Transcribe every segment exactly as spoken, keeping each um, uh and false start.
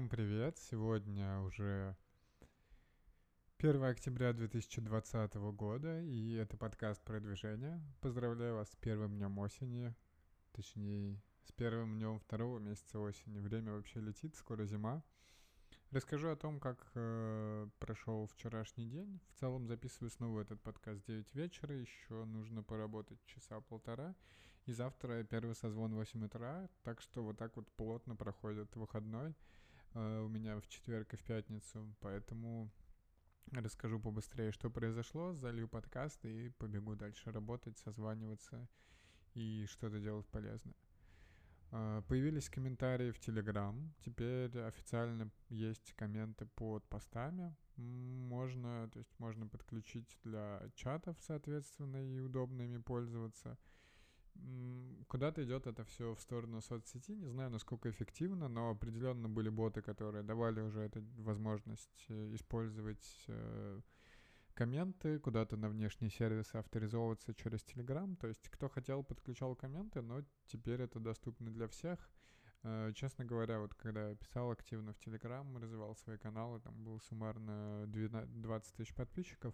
Всем привет! Сегодня уже первое октября две тысячи двадцатого года, и это подкаст продвижения. Поздравляю вас с первым днем осени, точнее, с первым днем второго месяца осени. Время вообще летит, скоро зима. Расскажу о том, как э, прошел вчерашний день. В целом записываю снова этот подкаст в девять вечера, еще нужно поработать часа полтора. И завтра первый созвон в восемь утра, так что вот так вот плотно проходит выходной у меня в четверг и в пятницу, поэтому расскажу побыстрее, что произошло, залью подкаст и побегу дальше работать, созваниваться и что-то делать полезное. Появились комментарии в Telegram, теперь официально есть комменты под постами, можно, то есть можно подключить для чатов, соответственно, и удобно ими пользоваться. Куда-то идет это все в сторону соцсети, не знаю, насколько эффективно, но определенно были боты, которые давали уже эту возможность использовать э, комменты, куда-то на внешние сервисы авторизовываться через Telegram. То есть кто хотел, подключал комменты, но теперь это доступно для всех. Э, честно говоря, вот когда я писал активно в Telegram, развивал свои каналы, там было суммарно двадцать тысяч подписчиков,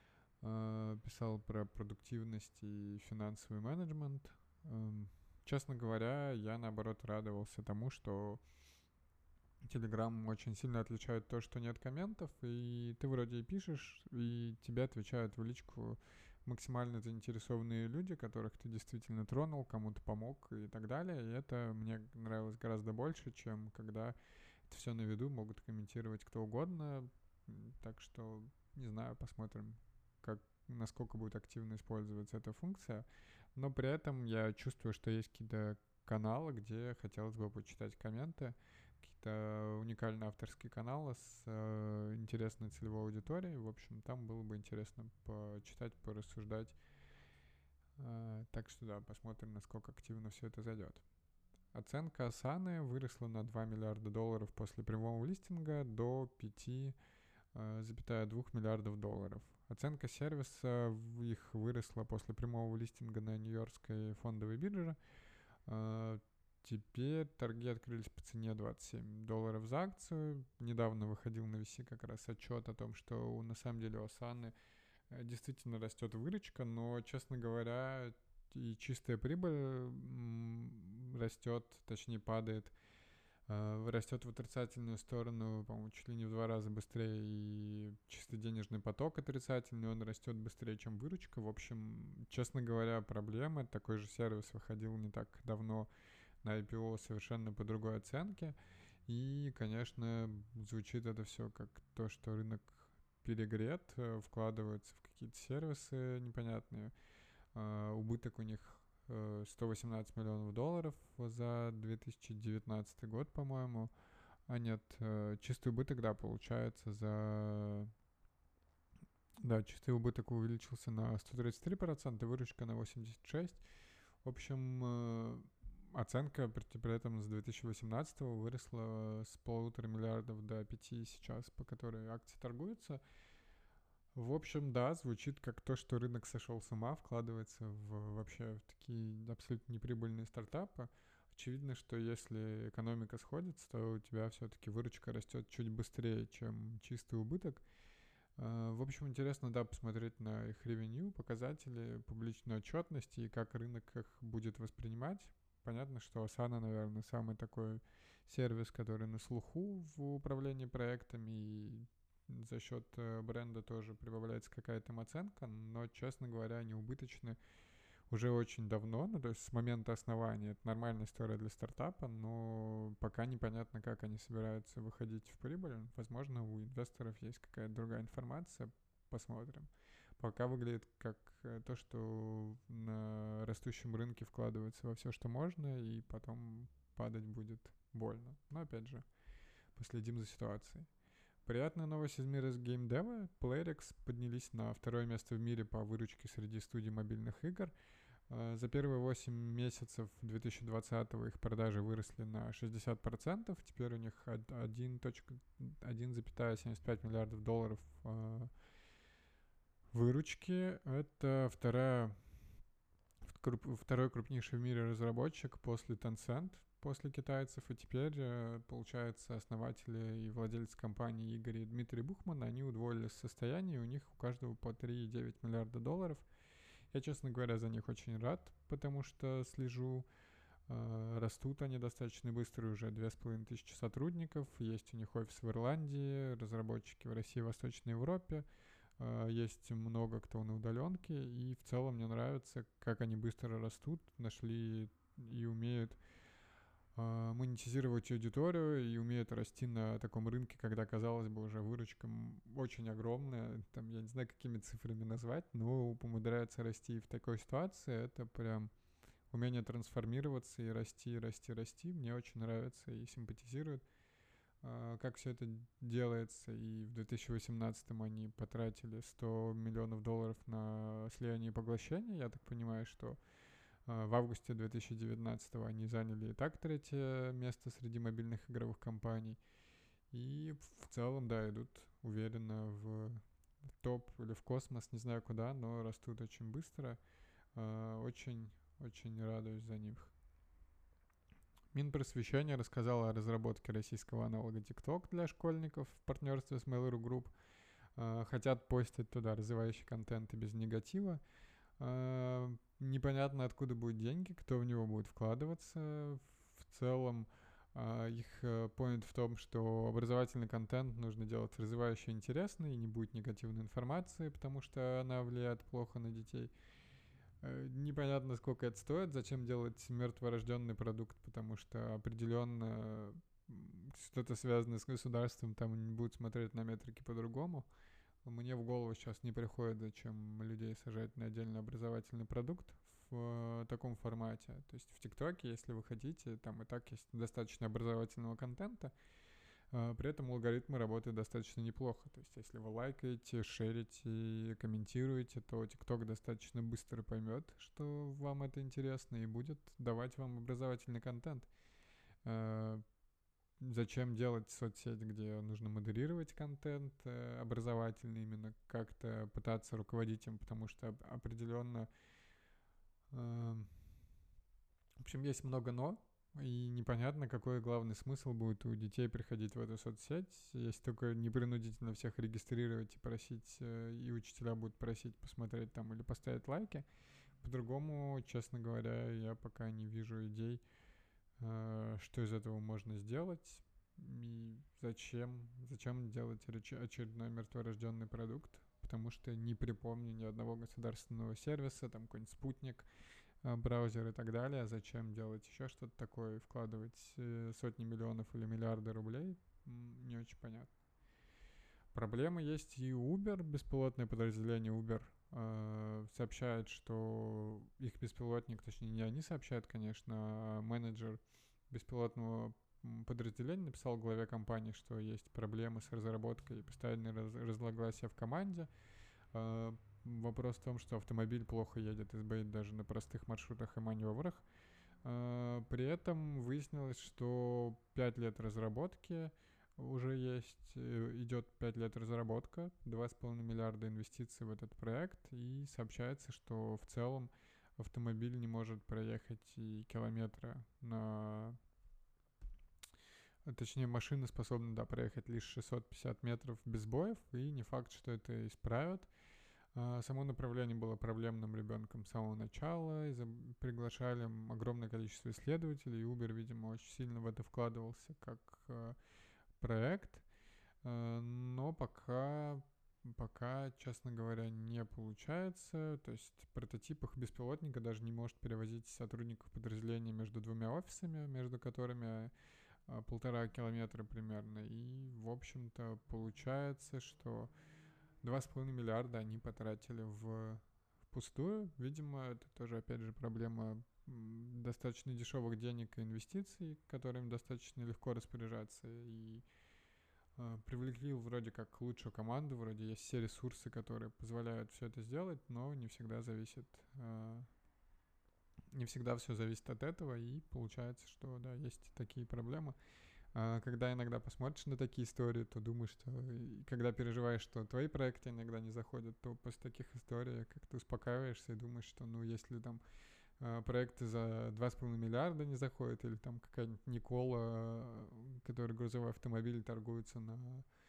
писал про продуктивность и финансовый менеджмент. Честно говоря, я наоборот радовался тому, что Telegram очень сильно отличает то, что нет комментов, и ты вроде и пишешь, и тебе отвечают в личку максимально заинтересованные люди, которых ты действительно тронул, кому-то помог и так далее. И это мне нравилось гораздо больше, чем когда это все на виду могут комментировать кто угодно. Так что, не знаю, посмотрим, как, насколько будет активно использоваться эта функция. Но при этом я чувствую, что есть какие-то каналы, где хотелось бы почитать комменты, какие-то уникальные авторские каналы с э, интересной целевой аудиторией. В общем, там было бы интересно почитать, порассуждать. Э, так что да, посмотрим, насколько активно все это зайдет. Оценка Asana выросла на два миллиарда долларов после прямого листинга до пяти целых двух миллиардов долларов. Оценка сервиса их выросла после прямого листинга на Нью-Йоркской фондовой бирже. Теперь торги открылись по цене двадцать семь долларов за акцию. Недавно выходил на ви си как раз отчет о том, что на самом деле у Asana действительно растет выручка, но, честно говоря, и чистая прибыль растет, точнее падает, растет в отрицательную сторону, по-моему, чуть ли не в два раза быстрее, и чисто денежный поток отрицательный, он растет быстрее, чем выручка. В общем, честно говоря, проблема. Такой же сервис выходил не так давно на ай пи о совершенно по другой оценке. И, конечно, звучит это все как то, что рынок перегрет, вкладываются в какие-то сервисы непонятные. Убыток у них сто восемнадцать миллионов долларов за две тысячи девятнадцатый год, по-моему. А нет, чистый убыток, да, получается за... Да, чистый убыток увеличился на сто тридцать три процента, выручка на восемьдесят шесть процентов. В общем, оценка при, при этом с две тысячи восемнадцатого выросла с полутора миллиардов до пяти сейчас, по которой акции торгуются. В общем, да, звучит как то, что рынок сошел с ума, вкладывается в вообще в такие абсолютно неприбыльные стартапы. Очевидно, что если экономика сходится, то у тебя все-таки выручка растет чуть быстрее, чем чистый убыток. В общем, интересно, да, посмотреть на их ревеню, показатели, публичную отчетность и как рынок их будет воспринимать. Понятно, что Asana, наверное, самый такой сервис, который на слуху в управлении проектами, и за счет бренда тоже прибавляется какая-то им оценка, но, честно говоря, они убыточны уже очень давно, ну, то есть с момента основания. Это нормальная история для стартапа, но пока непонятно, как они собираются выходить в прибыль. Возможно, у инвесторов есть какая-то другая информация, посмотрим. Пока выглядит как то, что на растущем рынке вкладывается во все, что можно, и потом падать будет больно. Но, опять же, последим за ситуацией. Приятная новость из мира геймдева. Playrix поднялись на второе место в мире по выручке среди студий мобильных игр. За первые восемь месяцев две тысячи двадцатого их продажи выросли на шестьдесят процентов. Теперь у них один целых семьдесят пять миллиардов долларов выручки. Это вторая, круп- второй крупнейший в мире разработчик после Tencent, после китайцев, и теперь, э, получается, основатели и владельцы компании Игорь и Дмитрий Бухман, они удвоили состояние, и у них у каждого по три и девять миллиарда долларов. Я, честно говоря, за них очень рад, потому что слежу. Э, Растут они достаточно быстро, уже две с половиной тысячи сотрудников. Есть у них офис в Ирландии, разработчики в России и Восточной Европе. Э, Есть много кто на удаленке. И в целом мне нравится, как они быстро растут, нашли и умеют э, монетизировать аудиторию и умеют расти на таком рынке, когда, казалось бы, уже выручка м, очень огромная. Там, я не знаю, какими цифрами назвать, но умудряются расти в такой ситуации. Это прям умение трансформироваться и расти, расти, расти. Мне очень нравится и симпатизирует, а, как все это делается. И в две тысячи восемнадцатом они потратили сто миллионов долларов на слияние и поглощение. Я так понимаю, что а, в августе две тысячи девятнадцатого они заняли и так третье место среди мобильных игровых компаний. И в целом, да, идут уверенно в топ или в космос, не знаю куда, но растут очень быстро. А, Очень, очень радуюсь за них. Минпросвещение рассказало о разработке российского аналога TikTok для школьников в партнерстве с Mail.ru Group. А, Хотят постить туда развивающий контент и без негатива. А, Непонятно, откуда будут деньги, кто в него будет вкладываться. В целом, а, их point в том, что образовательный контент нужно делать развивающий и интересный, и не будет негативной информации, потому что она влияет плохо на детей. Э, Непонятно, сколько это стоит, зачем делать мертворожденный продукт, потому что определенно что-то связанное с государством там не будет смотреть на метрики по-другому. Мне в голову сейчас не приходит, зачем людей сажать на отдельный образовательный продукт в э, таком формате. То есть в ТикТоке, если вы хотите, там и так есть достаточно образовательного контента. А, При этом алгоритмы работают достаточно неплохо. То есть если вы лайкаете, шерите, комментируете, то TikTok достаточно быстро поймет, что вам это интересно, и будет давать вам образовательный контент. А, Зачем делать соцсеть, где нужно модерировать контент э, образовательный, именно как-то пытаться руководить им, потому что определенно э, в общем, есть много «но», и непонятно, какой главный смысл будет у детей приходить в эту соцсеть, если только не принудительно всех регистрировать и просить, э, и учителя будут просить посмотреть там или поставить лайки. По-другому, честно говоря, я пока не вижу идей, э, что из этого можно сделать и зачем, зачем делать очередной мертворожденный продукт, потому что не припомню ни одного государственного сервиса, там какой-нибудь спутник, а, браузер и так далее. Зачем делать еще что-то такое, вкладывать э, сотни миллионов или миллиарды рублей, м, не очень понятно. Проблемы есть и у Uber, беспилотное подразделение Uber э, сообщает, что их беспилотник, точнее не они сообщают, конечно, а менеджер беспилотного м, подразделения написал главе компании, что есть проблемы с разработкой и постоянные раз- разногласия в команде. Э, Вопрос в том, что автомобиль плохо едет из Бейт даже на простых маршрутах и маневрах. Э, При этом выяснилось, что пять лет разработки уже есть, э, идет пять лет разработка, два с половиной миллиарда инвестиций в этот проект, и сообщается, что в целом автомобиль не может проехать и километра на... Точнее, машина способна, да, проехать лишь шестьсот пятьдесят метров без сбоев, и не факт, что это исправят. А, Само направление было проблемным ребенком с самого начала, и за- приглашали м, огромное количество исследователей, и Uber, видимо, очень сильно в это вкладывался как э, проект, Э, но пока, пока, честно говоря, не получается, то есть прототип их беспилотника даже не может перевозить сотрудников подразделения между двумя офисами, между которыми э, полтора километра примерно, и, в общем-то, получается, что Два с половиной миллиарда они потратили в впустую. Видимо, это тоже, опять же, проблема м, достаточно дешевых денег и инвестиций, которым достаточно легко распоряжаться. И э, привлекли вроде как лучшую команду, вроде есть все ресурсы, которые позволяют все это сделать, но не всегда зависит, э, не всегда все зависит от этого, и получается, что да, есть такие проблемы. А когда иногда посмотришь на такие истории, то думаешь, что... И когда переживаешь, что твои проекты иногда не заходят, то после таких историй как-то успокаиваешься и думаешь, что ну если там э, проекты за два с половиной миллиарда не заходят, или там какая-нибудь Никола, э, который грузовой автомобиль, торгуется на,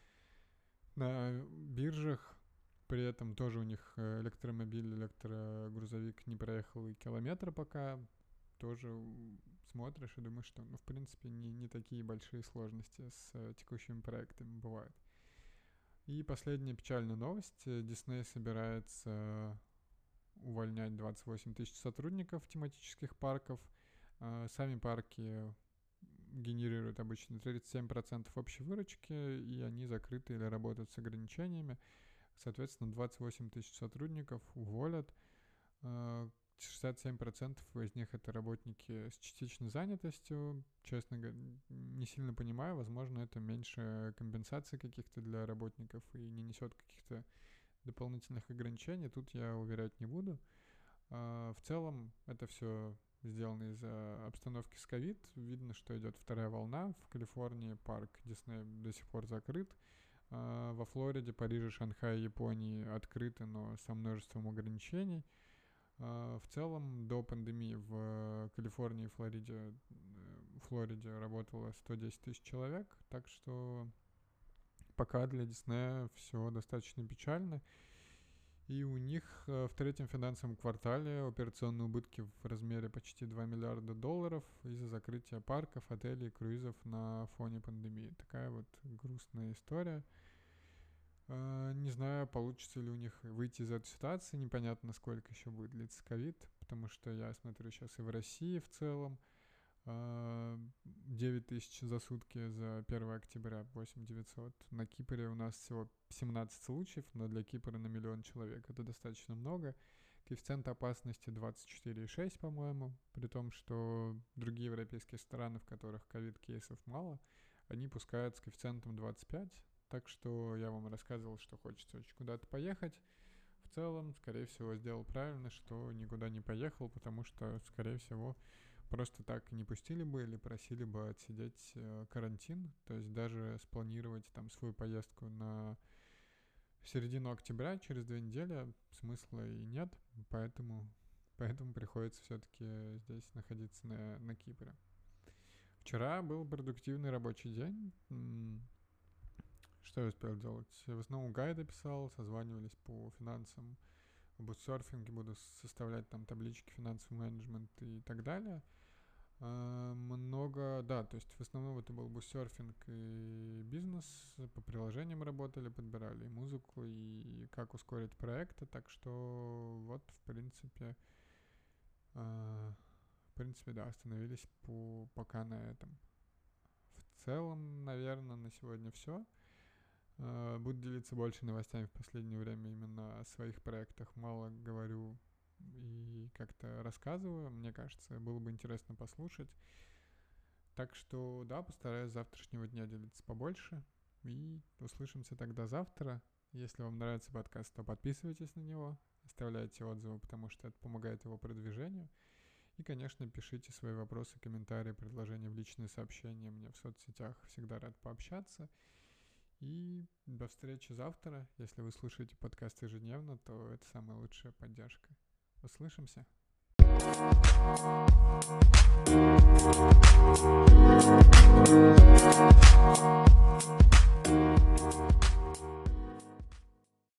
на биржах. При этом тоже у них электромобиль, электрогрузовик не проехал и километра пока. Тоже смотришь и думаешь, что, ну, в принципе, не, не такие большие сложности с э, текущими проектами бывают. И последняя печальная новость. Disney собирается увольнять двадцать восемь тысяч сотрудников тематических парков. Э, сами парки генерируют обычно тридцать семь процентов общей выручки, и они закрыты или работают с ограничениями. Соответственно, двадцать восемь тысяч сотрудников уволят. Э, шестьдесят семь процентов из них это работники с частичной занятостью. Честно говоря, не сильно понимаю. Возможно, это меньше компенсаций каких-то для работников и не несет каких-то дополнительных ограничений. Тут я уверять не буду. В целом, это все сделано из-за обстановки с ковид. Видно, что идет вторая волна. В Калифорнии парк Дисней до сих пор закрыт. Во Флориде, Париже, Шанхае, Японии открыты, но со множеством ограничений. В целом, до пандемии в Калифорнии и Флориде, Флориде работало сто десять тысяч человек, так что пока для Диснея все достаточно печально. И у них в третьем финансовом квартале операционные убытки в размере почти два миллиарда долларов из-за закрытия парков, отелей, круизов на фоне пандемии. Такая вот грустная история. Не знаю, получится ли у них выйти из этой ситуации. Непонятно, сколько еще будет длиться ковид, потому что я смотрю сейчас и в России в целом девять тысяч за сутки за первое октября, восемь тысяч девятьсот. На Кипре у нас всего семнадцать случаев, но для Кипра на миллион человек это достаточно много. Коэффициент опасности двадцать четыре и шесть, по-моему, при том, что другие европейские страны, в которых ковид-кейсов мало, они пускают с коэффициентом двадцать пять. Так что я вам рассказывал, что хочется очень куда-то поехать. В целом, скорее всего, сделал правильно, что никуда не поехал, потому что, скорее всего, просто так не пустили бы или просили бы отсидеть э, карантин. То есть даже спланировать там свою поездку на середину октября, через две недели, смысла и нет. Поэтому, поэтому приходится все-таки здесь находиться на, на Кипре. Вчера был продуктивный рабочий день. Что я успел делать? В основном гайды писал, созванивались по финансам, бусерфинге, буду составлять там таблички, финансовый менеджмент и так далее. А, много, да, то есть в основном это был бусерфинг и бизнес, по приложениям работали, подбирали и музыку, и как ускорить проекты, так что вот, в принципе, а, в принципе, да, остановились по, пока на этом. В целом, наверное, на сегодня все. Буду делиться больше новостями в последнее время именно о своих проектах. Мало говорю и как-то рассказываю. Мне кажется, было бы интересно послушать. Так что, да, постараюсь с завтрашнего дня делиться побольше. И услышимся тогда завтра. Если вам нравится подкаст, то подписывайтесь на него. Оставляйте отзывы, потому что это помогает его продвижению. И, конечно, пишите свои вопросы, комментарии, предложения в личные сообщения. Мне в соцсетях всегда рад пообщаться. И до встречи завтра. Если вы слушаете подкаст ежедневно, то это самая лучшая поддержка. Услышимся. Thank you.